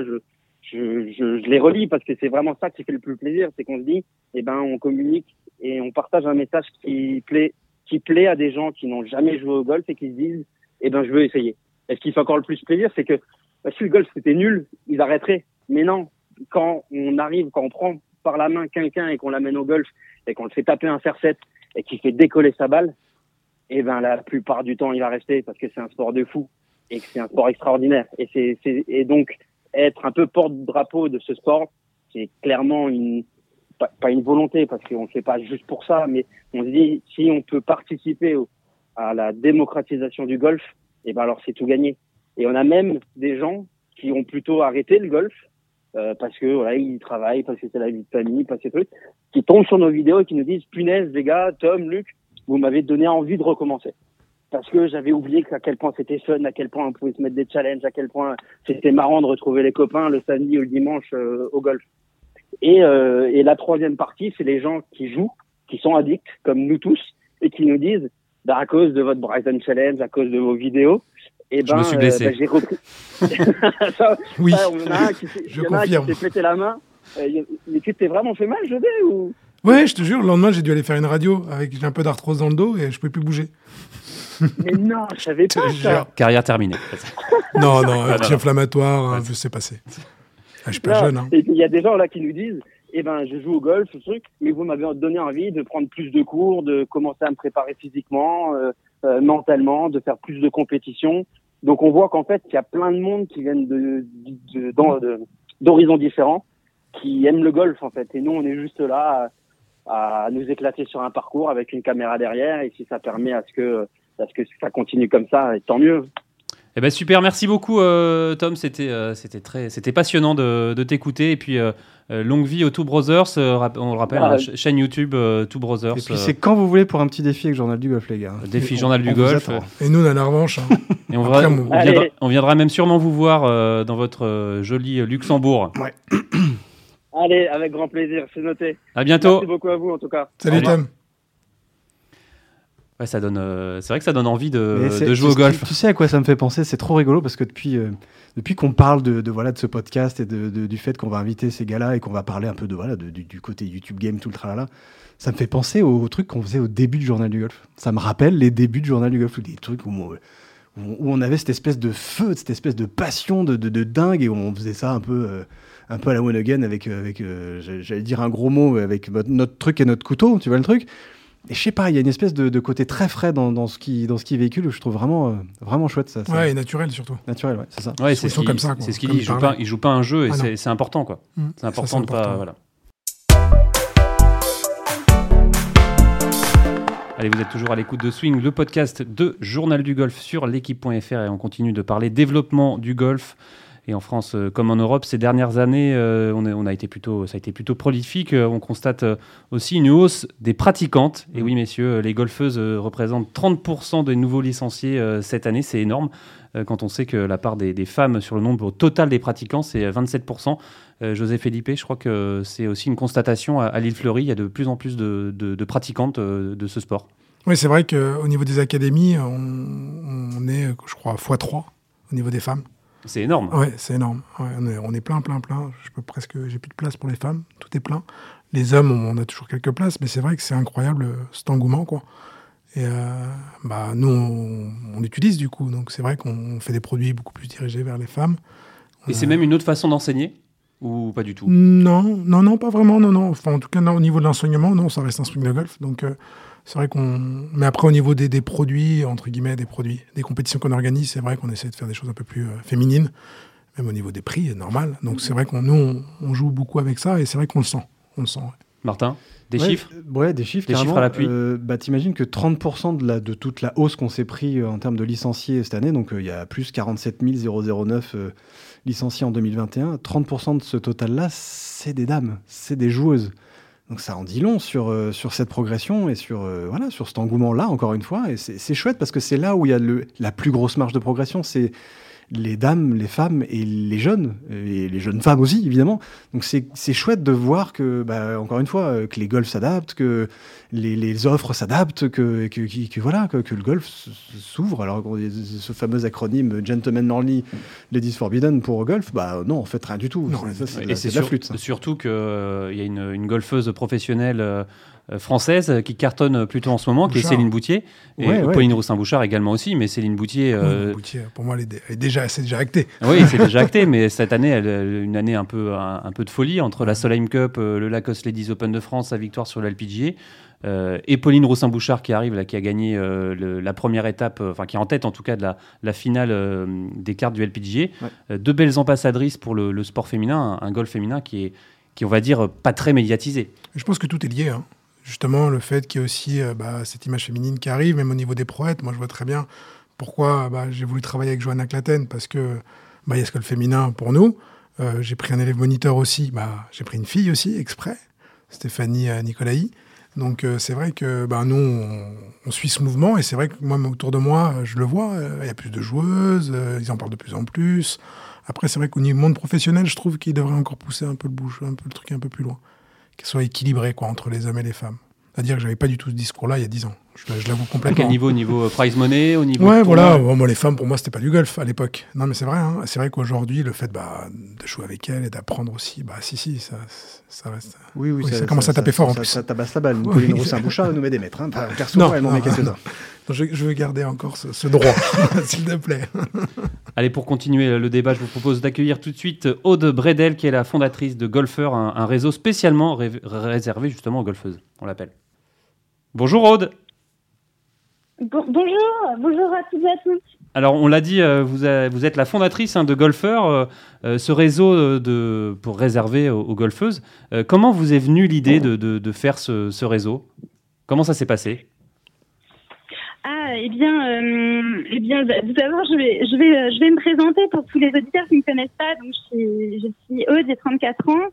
D: je les relis, parce que c'est vraiment ça qui fait le plus plaisir, c'est qu'on se dit, on communique et on partage un message qui plaît à des gens qui n'ont jamais joué au golf et qui se disent, je veux essayer. Et ce qui fait encore le plus plaisir, c'est que, si le golf c'était nul, ils arrêteraient. Mais non, quand on prend par la main quelqu'un et qu'on l'amène au golf et qu'on le fait taper un fer-7 et qu'il fait décoller sa balle, la plupart du temps, il va rester parce que c'est un sport de fou et que c'est un sport extraordinaire. Et donc, être un peu porte-drapeau de ce sport, c'est clairement pas une volonté parce qu'on ne fait pas juste pour ça, mais on se dit, si on peut participer à la démocratisation du golf, alors c'est tout gagné. Et on a même des gens qui ont plutôt arrêté le golf parce que ils travaillent, parce que c'est la vie de famille, parce que trucs, qui tombent sur nos vidéos et qui nous disent punaise les gars, Tom, Luc, vous m'avez donné envie de recommencer. Parce que j'avais oublié à quel point c'était fun, à quel point on pouvait se mettre des challenges, à quel point c'était marrant de retrouver les copains le samedi ou le dimanche au golf. Et la troisième partie, c'est les gens qui jouent, qui sont addicts, comme nous tous, et qui nous disent, à cause de votre Bryson Challenge, à cause de vos vidéos,
A: je me suis blessé.
D: J'ai repris.
C: Oui,
D: on a un qui s'est pété la main. Mais tu t'es vraiment fait mal, Jodé, ou...
C: Ouais, je te jure, le lendemain, j'ai dû aller faire une radio avec un peu d'arthrose dans le dos et je pouvais plus bouger.
D: Mais non, je savais pas ça.
A: Carrière terminée.
C: Non, anti-inflammatoire, je sais passer. Je suis pas jeune. Hein.
D: Et il y a des gens là qui nous disent, je joue au golf, ce truc, mais vous m'avez donné envie de prendre plus de cours, de commencer à me préparer physiquement, mentalement, de faire plus de compétitions. Donc on voit qu'en fait, il y a plein de monde qui viennent d'horizons différents, qui aiment le golf en fait. Et nous, on est juste là à nous éclater sur un parcours avec une caméra derrière. Et si ça permet à ce que ça continue comme ça, tant mieux.
A: Super, merci beaucoup Tom, c'était passionnant de t'écouter et puis longue vie aux Two Brothers, on le rappelle, chaîne YouTube Two Brothers.
B: Et puis c'est quand vous voulez pour un petit défi avec Journal du Golf les gars.
A: Défi Journal du Golf.
C: Et nous on a la revanche. Hein.
A: Et on viendra même sûrement vous voir dans votre joli Luxembourg.
B: Ouais.
D: Allez, avec grand plaisir, c'est noté.
A: À bientôt.
D: Merci beaucoup à vous en tout cas.
C: Salut Tom.
A: Ouais, c'est vrai que ça donne envie de jouer au golf.
B: Tu sais à quoi ça me fait penser ? C'est trop rigolo parce que depuis qu'on parle de ce podcast et du fait qu'on va inviter ces gars-là et qu'on va parler un peu du côté YouTube Game, tout le tralala, ça me fait penser au truc qu'on faisait au début du Journal du Golf. Ça me rappelle les débuts du Journal du Golf, des trucs où on avait cette espèce de feu, cette espèce de passion de dingue et on faisait ça un peu à la One Again avec j'allais dire un gros mot, avec notre truc et notre couteau, tu vois le truc ? Et je sais pas, il y a une espèce de côté très frais dans ce qui véhicule que je trouve vraiment chouette ça.
C: Ouais, et naturel surtout.
B: Naturel, ouais, c'est ça.
A: Ouais, c'est comme ça. C'est ce qu'il dit. Il joue pas un jeu et c'est important quoi. C'est important de pas voilà. Allez, vous êtes toujours à l'écoute de Swing, le podcast de Journal du Golf sur l'équipe.fr et on continue de parler développement du golf. Et en France, comme en Europe, ces dernières années, ça a été plutôt prolifique. On constate aussi une hausse des pratiquantes. Et oui, messieurs, les golfeuses représentent 30% des nouveaux licenciés cette année. C'est énorme quand on sait que la part des femmes sur le nombre total des pratiquants, c'est 27%. José Felipe, je crois que c'est aussi une constatation à l'île Fleury. Il y a de plus en plus de pratiquantes de ce sport.
C: Oui, c'est vrai qu'au niveau des académies, on est, je crois, x3 au niveau des femmes.
A: C'est énorme.
C: Ouais, c'est énorme. Ouais, on est plein. J'ai plus de place pour les femmes. Tout est plein. Les hommes, on a toujours quelques places, mais c'est vrai que c'est incroyable cet engouement, quoi. Et nous, on utilise du coup. Donc c'est vrai qu'on fait des produits beaucoup plus dirigés vers les femmes.
A: Et c'est même une autre façon d'enseigner ou pas du tout ?
C: Non, pas vraiment. Non. Enfin, en tout cas, au niveau de l'enseignement, non, ça reste un swing de golf. Donc c'est vrai mais après, au niveau des produits, entre guillemets, des compétitions qu'on organise, c'est vrai qu'on essaie de faire des choses un peu plus féminines, même au niveau des prix, normal. Donc c'est vrai qu'on joue beaucoup avec ça et c'est vrai qu'on le sent. On le sent, ouais.
A: Martin, des
B: Ouais,
A: chiffres
B: Ouais, des chiffres,
A: Des
B: carrément.
A: chiffres à l'appui.
B: T'imagines que 30% de toute la hausse qu'on s'est pris en termes de licenciés cette année, donc il y a plus 47 009 licenciés en 2021, 30% de ce total-là, c'est des dames, c'est des joueuses. Donc ça en dit long sur cette progression et sur cet engouement-là, encore une fois. Et c'est chouette parce que c'est là où il y a la plus grosse marge de progression, c'est les dames, les femmes et les jeunes femmes aussi, évidemment. Donc c'est chouette de voir que, encore une fois, que les golfs s'adaptent, que les offres s'adaptent, que le golf s'ouvre. Alors, ce fameux acronyme Gentlemen Only, Ladies Forbidden pour golf, non, en fait, rien du tout.
C: Non,
B: C'est
A: Et
B: de la flûte, ça.
A: surtout qu'il y a une golfeuse professionnelle française qui cartonne plutôt en ce moment, qui est
C: Bouchard.
A: Céline Boutier. Et
B: Ouais.
A: Pauline Roussin-Bouchard également aussi, mais Céline Boutier...
C: Oui, Boutier, pour moi, c'est déjà acté.
A: Oui, c'est déjà acté, mais cette année, une année un peu de folie entre la Solheim Cup, le Lacoste Ladies Open de France, sa victoire sur l'LPGA, et Pauline Roussin-Bouchard qui arrive, là, qui a gagné la première étape, qui est en tête en tout cas de la finale des cartes du LPGA.
B: Ouais.
A: Deux belles ambassadrices pour le sport féminin, un golf féminin qui, on va dire, pas très médiatisé.
C: Je pense que tout est lié. Justement, le fait qu'il y ait aussi cette image féminine qui arrive, même au niveau des prouettes, moi je vois très bien pourquoi j'ai voulu travailler avec Johanna Claten, parce que il y a ce que le féminin pour nous. J'ai pris un élève moniteur aussi, j'ai pris une fille aussi, exprès, Stéphanie Nicolaï. Donc c'est vrai que nous, on suit ce mouvement, et c'est vrai que moi, autour de moi, je le vois, il y a plus de joueuses, ils en parlent de plus en plus. Après, c'est vrai qu'au niveau monde professionnel, je trouve qu'ils devraient encore pousser un peu le truc un peu plus loin. Qu'elle soit équilibrée entre les hommes et les femmes. C'est-à-dire que j'avais pas du tout ce discours-là il y a 10 ans. Je l'avoue complètement.
A: À quel niveau? Au niveau prize money, au niveau
C: Ouais, voilà. Moi, les femmes, pour moi, c'était pas du golf à l'époque. Non, mais c'est vrai. C'est vrai qu'aujourd'hui, le fait de jouer avec elles et d'apprendre aussi, ça reste.
B: Oui,
C: ça commence à taper fort en plus.
B: Ça tabasse la balle. Pauline Roussin-Bouchard nous met des mètres. Perso, elle m'en met quelques-uns.
C: Je veux garder encore ce droit, s'il te plaît.
A: Allez, pour continuer le débat, je vous propose d'accueillir tout de suite Aude Bredel, qui est la fondatrice de Golfeur, un réseau spécialement réservé justement aux golfeuses. On l'appelle. Bonjour Aude.
E: Bonjour à toutes et à tous.
A: Alors, on l'a dit, vous êtes la fondatrice de Golfeur, ce réseau pour réserver aux golfeuses. Comment vous est venue l'idée de faire ce réseau? Comment ça s'est passé?
E: Tout d'abord, je vais me présenter pour tous les auditeurs qui ne me connaissent pas. Donc, je suis Aude, j'ai 34 ans.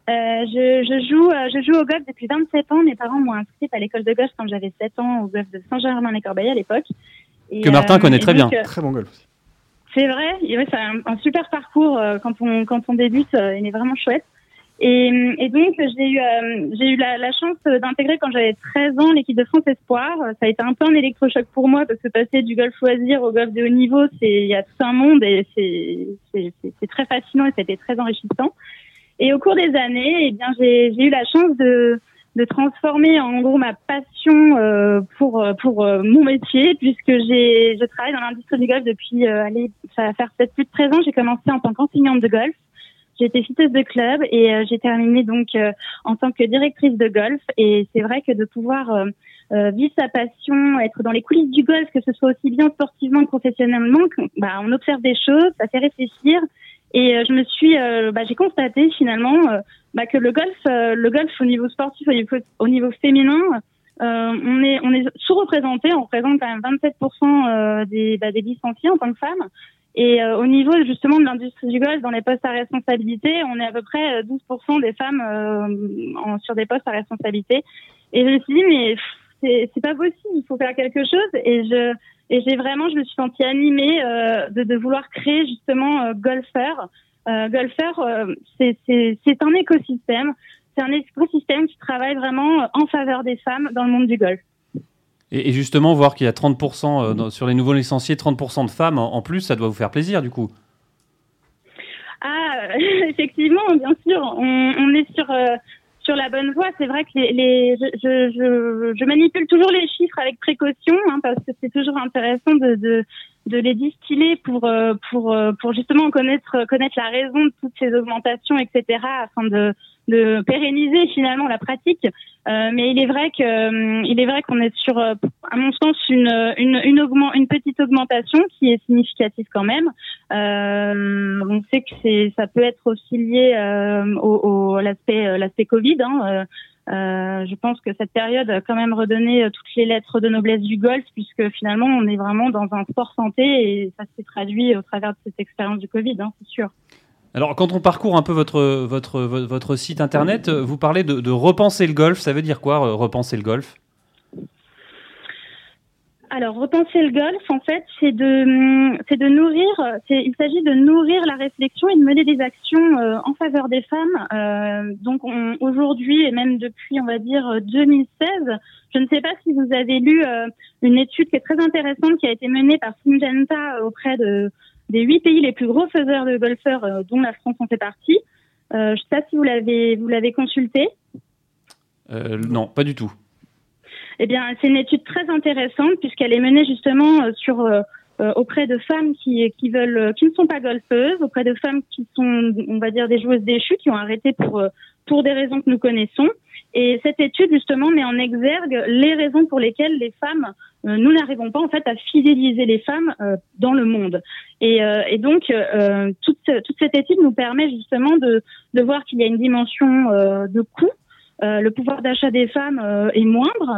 E: Je joue au golf depuis 27 ans. Mes parents m'ont inscrite à l'école de golf quand j'avais 7 ans au golf de Saint-Germain-les-Corbeilles à l'époque.
A: Que Martin connaît très bien.
B: Très bon golf aussi.
E: C'est vrai, c'est un super parcours quand on débute, il est vraiment chouette. Et donc j'ai eu la chance d'intégrer quand j'avais 13 ans l'équipe de France Espoir. Ça a été un peu un électrochoc pour moi parce que passer du golf loisir au golf de haut niveau, il y a tout un monde et c'est très fascinant et ça a été très enrichissant. Et au cours des années, j'ai eu la chance de transformer en gros ma passion pour mon métier, puisque je travaille dans l'industrie du golf depuis ça va faire peut-être plus de 13 ans. J'ai commencé en tant qu'enseignante de golf. J'ai été fiteuse de club et j'ai terminé donc en tant que directrice de golf. Et c'est vrai que de pouvoir vivre sa passion, être dans les coulisses du golf, que ce soit aussi bien sportivement que professionnellement, on observe des choses, ça fait réfléchir. Et j'ai constaté finalement que le golf au niveau sportif, au niveau féminin, on est sous-représenté. On représente quand même 27% des licenciés en tant que femmes. Et au niveau justement de l'industrie du golf, dans les postes à responsabilité, on est à peu près 12% des femmes sur des postes à responsabilité. Et je me suis dit mais c'est pas possible, il faut faire quelque chose. Et je me suis sentie animée de vouloir créer justement Golfeur. Golfeur, c'est un écosystème. C'est un écosystème qui travaille vraiment en faveur des femmes dans le monde du golf.
A: Et justement, voir qu'il y a 30% sur les nouveaux licenciés, 30% de femmes en plus, ça doit vous faire plaisir du coup.
E: Effectivement, bien sûr, on est sur la bonne voie. C'est vrai que je manipule toujours les chiffres avec précaution, parce que c'est toujours intéressant de les distiller pour justement connaître la raison de toutes ces augmentations, etc., afin de pérenniser finalement la pratique. Mais il est vrai qu'on est sur, à mon sens, une petite augmentation qui est significative quand même. On sait que ça peut être aussi lié à l'aspect Covid. Je pense que cette période a quand même redonné toutes les lettres de noblesse du golf, puisque finalement on est vraiment dans un sport santé et ça s'est traduit au travers de cette expérience du Covid, c'est sûr.
A: Alors, quand on parcourt un peu votre site internet, vous parlez de repenser le golf. Ça veut dire quoi, repenser le golf ?
E: Alors, repenser le golf, en fait, c'est de nourrir, il s'agit de nourrir la réflexion et de mener des actions en faveur des femmes. Donc, aujourd'hui, et même depuis, on va dire, 2016, je ne sais pas si vous avez lu une étude qui est très intéressante qui a été menée par Syngenta auprès des 8 pays les plus gros faiseurs de golfeurs, dont la France en fait partie. Je ne sais pas si vous l'avez consulté.
A: Non, pas du tout.
E: Eh bien, c'est une étude très intéressante puisqu'elle est menée justement auprès de femmes qui ne sont pas golfeuses, auprès de femmes qui sont, on va dire, des joueuses déchues, qui ont arrêté pour des raisons que nous connaissons. Et cette étude justement met en exergue les raisons pour lesquelles les femmes, nous n'arrivons pas en fait à fidéliser les femmes dans le monde. Et donc toute cette étude nous permet justement de voir qu'il y a une dimension de coût. Le pouvoir d'achat des femmes est moindre.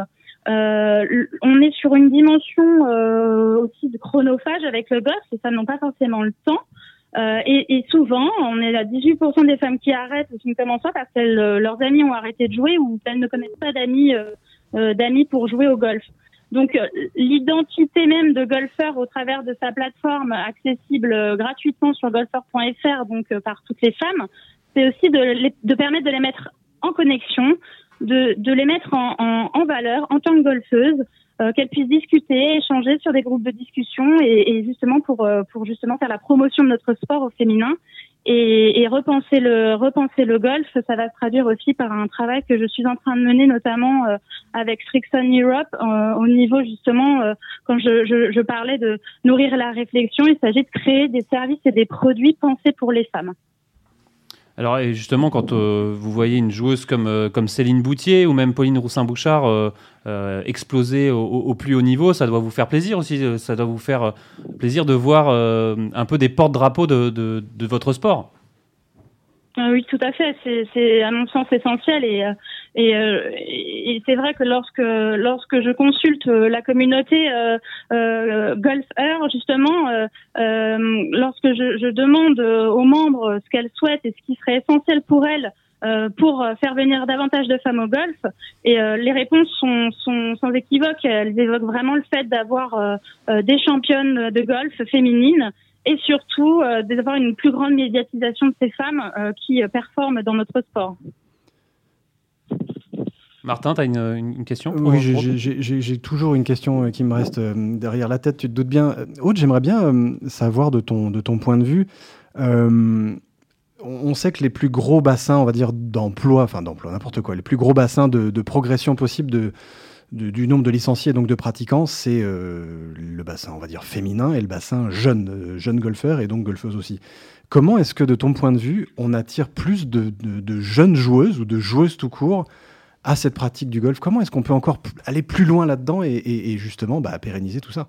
E: On est sur une dimension aussi de chronophage avec le golf, les femmes n'ont pas forcément le temps. Et souvent, on est à 18% des femmes qui arrêtent ou qui ne commencent pas parce que leurs amis ont arrêté de jouer ou qu'elles ne connaissent pas d'amis pour jouer au golf. Donc, l'identité même de golfeur au travers de sa plateforme accessible gratuitement sur golfeur.fr, donc par toutes les femmes, c'est aussi de permettre de les mettre en connexion, de les mettre en valeur en tant que golfeuses, qu'elles puissent discuter, échanger sur des groupes de discussion et justement pour justement faire la promotion de notre sport au féminin et repenser le golf. Ça va se traduire aussi par un travail que je suis en train de mener notamment avec Strixon Europe au niveau justement quand je parlais de nourrir la réflexion, il s'agit de créer des services et des produits pensés pour les femmes.
A: Alors, et justement, quand vous voyez une joueuse comme Céline Boutier ou même Pauline Roussin-Bouchard exploser au plus haut niveau, ça doit vous faire plaisir aussi. Ça doit vous faire plaisir de voir un peu des porte-drapeaux de votre sport.
E: Oui, tout à fait. C'est à mon sens essentiel et c'est vrai que lorsque je consulte la communauté golfeur, justement, lorsque je demande aux membres ce qu'elles souhaitent et ce qui serait essentiel pour elles pour faire venir davantage de femmes au golf, et les réponses sont sans équivoque. Elles évoquent vraiment le fait d'avoir des championnes de golf féminines. Et surtout, d'avoir une plus grande médiatisation de ces femmes qui performent dans notre sport.
A: Martin, tu as une question
B: Oui, j'ai toujours une question qui me reste derrière la tête, tu te doutes bien. Aude, j'aimerais bien savoir de ton point de vue, on sait que les plus gros bassins, on va dire, d'emploi, n'importe quoi, les plus gros bassins de progression possible du nombre de licenciés et donc de pratiquants, c'est le bassin, on va dire, féminin et le bassin jeune golfeurs et donc golfeuses aussi. Comment est-ce que, de ton point de vue, on attire plus de jeunes joueuses ou de joueuses tout court à cette pratique du golf ? Comment est-ce qu'on peut encore aller plus loin là-dedans et justement pérenniser tout ça ?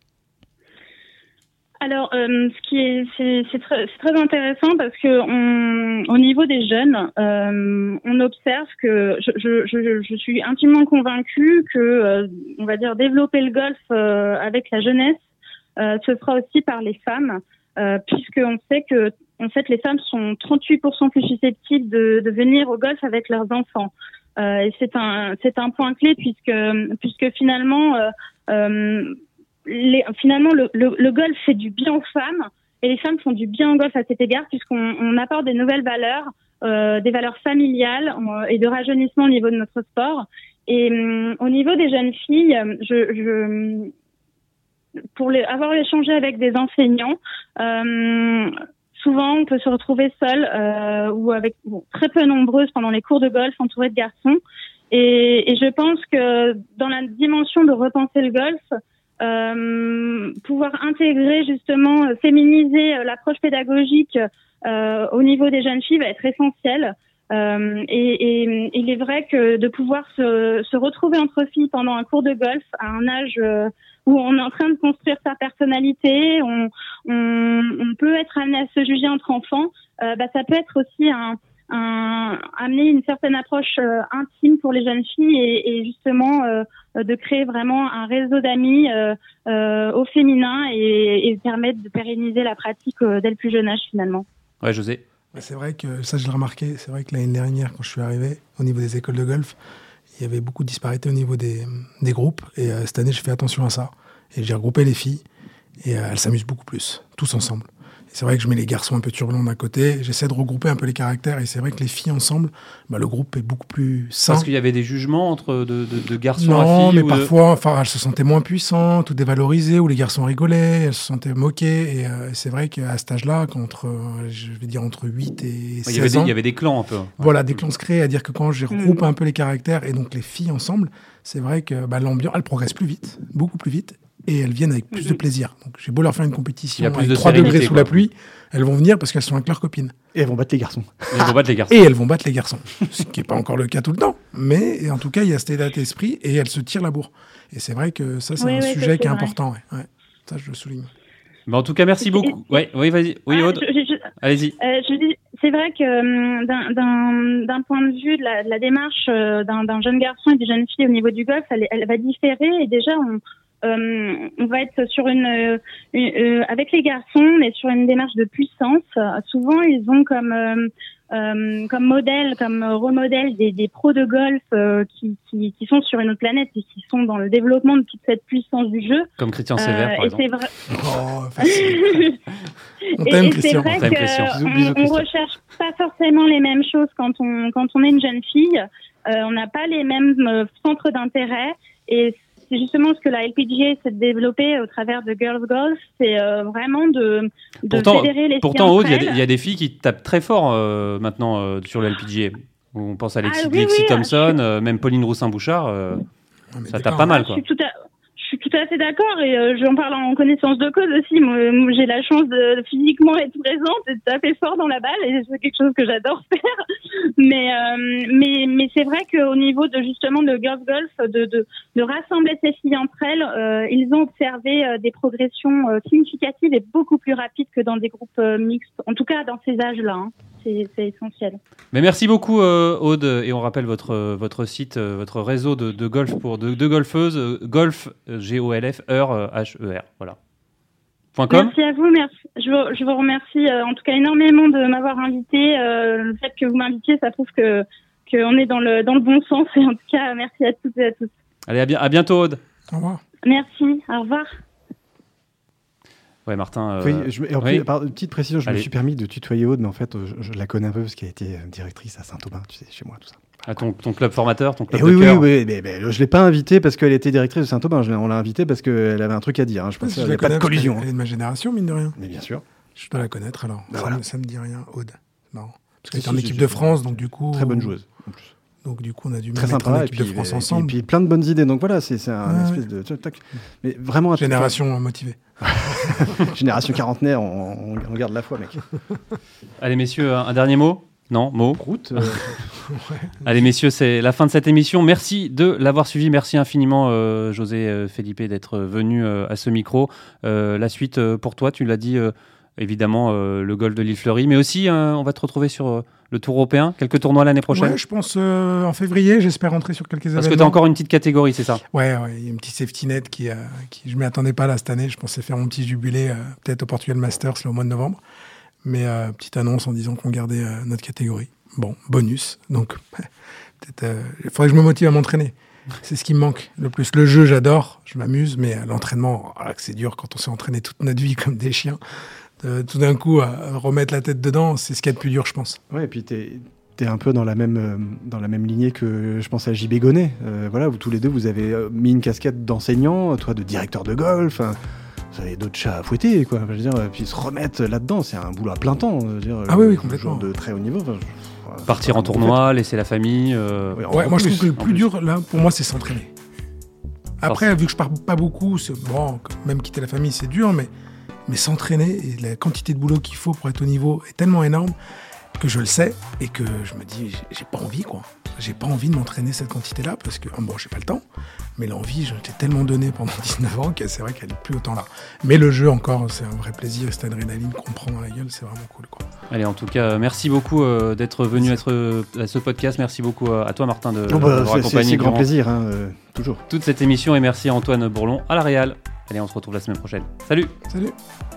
E: Alors, c'est très intéressant parce que au niveau des jeunes, on observe que je suis intimement convaincue que on va dire développer le golf avec la jeunesse se fera aussi par les femmes, puisqu'on sait que en fait les femmes sont 38% plus susceptibles de venir au golf avec leurs enfants. Et c'est un point clé puisque finalement finalement le golf fait du bien aux femmes et les femmes font du bien au golf à cet égard puisqu'on apporte des nouvelles valeurs, des valeurs familiales et de rajeunissement au niveau de notre sport. Et au niveau des jeunes filles, avoir échangé avec des enseignants, souvent on peut se retrouver seule ou avec très peu nombreuses pendant les cours de golf entourées de garçons. Et je pense que dans la dimension de repenser le golf, pouvoir intégrer justement, féminiser l'approche pédagogique au niveau des jeunes filles va être essentiel. Et il est vrai que de pouvoir se retrouver entre filles pendant un cours de golf à un âge où on est en train de construire sa personnalité, on peut être amené à se juger entre enfants, ça peut être aussi amener une certaine approche intime pour les jeunes filles et justement de créer vraiment un réseau d'amis au féminin et permettre de pérenniser la pratique dès le plus jeune âge finalement.
A: Ouais, José.
C: C'est vrai que ça, je l'ai remarqué. C'est vrai que l'année dernière, quand je suis arrivé au niveau des écoles de golf, il y avait beaucoup de disparités au niveau des groupes. Et cette année, j'ai fait attention à ça. Et j'ai regroupé les filles. Et elles s'amusent beaucoup plus, tous ensemble. Et c'est vrai que je mets les garçons un peu turbulents d'un côté. J'essaie de regrouper un peu les caractères. Et c'est vrai que les filles ensemble, le groupe est beaucoup plus sain.
A: Parce qu'il y avait des jugements entre de garçons à filles.
C: Non, mais parfois, elles se sentaient moins puissantes ou dévalorisées, ou les garçons rigolaient, elles se sentaient moquées. Et c'est vrai qu'à cet âge-là, entre 8 et 16 ans...
A: Il y avait des clans un peu.
C: Voilà, des clans se créent. À dire que quand je regroupe un peu les caractères et donc les filles ensemble, c'est vrai que l'ambiance, elle progresse plus vite, beaucoup plus vite. Et elles viennent avec plus de plaisir. Donc j'ai beau leur faire une compétition avec 3 degrés sous la pluie, elles vont venir parce qu'elles sont avec leurs copines.
B: Et elles vont battre les garçons.
C: Et elles vont battre les garçons. Ce qui n'est pas encore le cas tout le temps. Mais en tout cas, il y a cet état d'esprit et elles se tirent la bourre. Et c'est vrai que ça, c'est un sujet qui est important. Ouais. Ça, je le souligne.
A: En tout cas, merci beaucoup. Oui, vas-y. Oui, Aude. Allez-y.
E: C'est vrai que d'un point de vue de la démarche d'un jeune garçon et d'une jeune fille au niveau du golf, elle va différer. Et déjà, on va être sur avec les garçons, on est sur une démarche de puissance. Souvent, ils ont comme modèle, comme rôle modèle des pros de golf qui sont sur une autre planète et qui sont dans le développement de toute cette puissance du jeu.
A: Comme Christian Sévère, par exemple.
E: C'est vrai.
C: Oh, facile. On t'aime, Christian.
E: C'est vrai qu'on recherche pas forcément les mêmes choses quand on est une jeune fille. On n'a pas les mêmes centres d'intérêt et c'est justement ce que la LPGA essaie de développer au travers de Girls Golf, c'est vraiment de fédérer les filles.
A: Pourtant, Aude, il y a des filles qui tapent très fort maintenant sur la LPGA. On pense à Lexi Thompson, même Pauline Roussin-Bouchard, ça tape pas mal. Quoi.
E: Je suis tout à fait d'accord et j'en parle en connaissance de cause aussi. Moi, j'ai la chance de physiquement être présente et de taper fort dans la balle et c'est quelque chose que j'adore faire. Mais c'est vrai qu'au niveau de justement de Girls Golf, de rassembler ces filles entre elles, ils ont observé des progressions significatives et beaucoup plus rapides que dans des groupes mixtes. En tout cas, dans ces âges-là. Hein. C'est essentiel.
A: Mais merci beaucoup Aude et on rappelle votre site, votre réseau de golf pour de golfeuses, golf GOLF HER, voilà. .com.
E: Merci à vous, merci. Je vous remercie en tout cas énormément de m'avoir invité. Le fait que vous m'invitiez, ça prouve que on est dans le bon sens et en tout cas merci à toutes et à tous.
A: Allez, à bientôt Aude.
C: Au revoir.
E: Merci, au revoir.
A: Ouais, Martin.
B: Petite précision, je me suis permis de tutoyer Aude, mais en fait, je la connais un peu parce qu'elle a été directrice à Saint-Aubin, tu sais, chez moi, tout ça.
A: Ah, ton club formateur, ton club
B: de
A: cœur.
B: Oui, mais je ne l'ai pas invitée parce qu'elle était directrice de Saint-Aubin. On l'a invitée parce qu'elle avait un truc à dire. Hein. Je pense qu'il n'y a pas de collision.
C: Elle est de ma génération, mine de rien.
B: Mais bien sûr.
C: Je dois la connaître alors. Ça me dit rien, Aude. C'est marrant. Parce qu'elle est en équipe
B: de
C: de France, donc du coup.
B: Très bonne joueuse, en plus.
C: Donc du coup, on a dû
B: très
C: mettre
B: sympa,
C: en équipe de France ensemble.
B: Et puis plein de bonnes idées. Donc voilà, c'est un espèce de... Mais vraiment...
C: Génération motivée.
B: Génération quarantenaire, on garde la foi, mec.
A: Allez, messieurs, un dernier mot ? Non, mot.
B: Route.
A: Allez, messieurs, c'est la fin de cette émission. Merci de l'avoir suivi. Merci infiniment, José Felipe, d'être venu à ce micro. La suite pour toi, tu l'as dit, évidemment, le golf de l'île Fleury, mais aussi, on va te retrouver sur le Tour européen. Quelques tournois l'année prochaine.
C: Ouais, je pense en février. J'espère rentrer sur quelques événements.
A: Parce que tu as encore une petite catégorie, c'est ça ?
C: Ouais, il y a une petite safety net qui je ne m'y attendais pas là cette année. Je pensais faire mon petit jubilé, peut-être au Portugal Masters, au mois de novembre. Mais petite annonce en disant qu'on gardait notre catégorie. Bon, bonus. Donc, peut-être, il faudrait que je me motive à m'entraîner. C'est ce qui me manque le plus. Le jeu, j'adore, je m'amuse, mais l'entraînement, c'est dur quand on s'est entraîné toute notre vie comme des chiens. Tout d'un coup, remettre la tête dedans, c'est ce qu'il y a de plus dur, je pense.
B: Ouais, et puis t'es un peu dans la même lignée que je pense à JB Gonnet. Voilà, vous tous les deux, vous avez mis une casquette d'enseignant, toi de directeur de golf. Vous avez d'autres chats à fouetter, quoi. Je veux dire, puis se remettre là-dedans, c'est un boulot à plein temps. Je veux dire,
C: oui, complètement.
B: De très haut niveau.
A: Partir en tournoi, laisser la famille.
C: Moi, je trouve que le plus dur, là, pour moi, c'est s'entraîner. Après, vu que je pars pas beaucoup, même quitter la famille, c'est dur, mais s'entraîner et la quantité de boulot qu'il faut pour être au niveau est tellement énorme que je le sais et que je me dis, j'ai pas envie, quoi. j'ai pas envie de m'entraîner cette quantité-là parce que, bon, j'ai pas le temps, mais l'envie, je t'ai tellement donné pendant 19 ans que c'est vrai qu'elle est plus autant là. Mais le jeu, encore, c'est un vrai plaisir, cette adrénaline qu'on prend dans la gueule, c'est vraiment cool, quoi.
A: Allez, en tout cas, merci beaucoup d'être venu à ce podcast. Merci beaucoup à toi, Martin, de m'avoir accompagné.
B: C'est grand plaisir, toujours.
A: Toute cette émission, et merci à Antoine Bourlon à la Réal. Allez, on se retrouve la semaine prochaine. Salut.
C: Salut.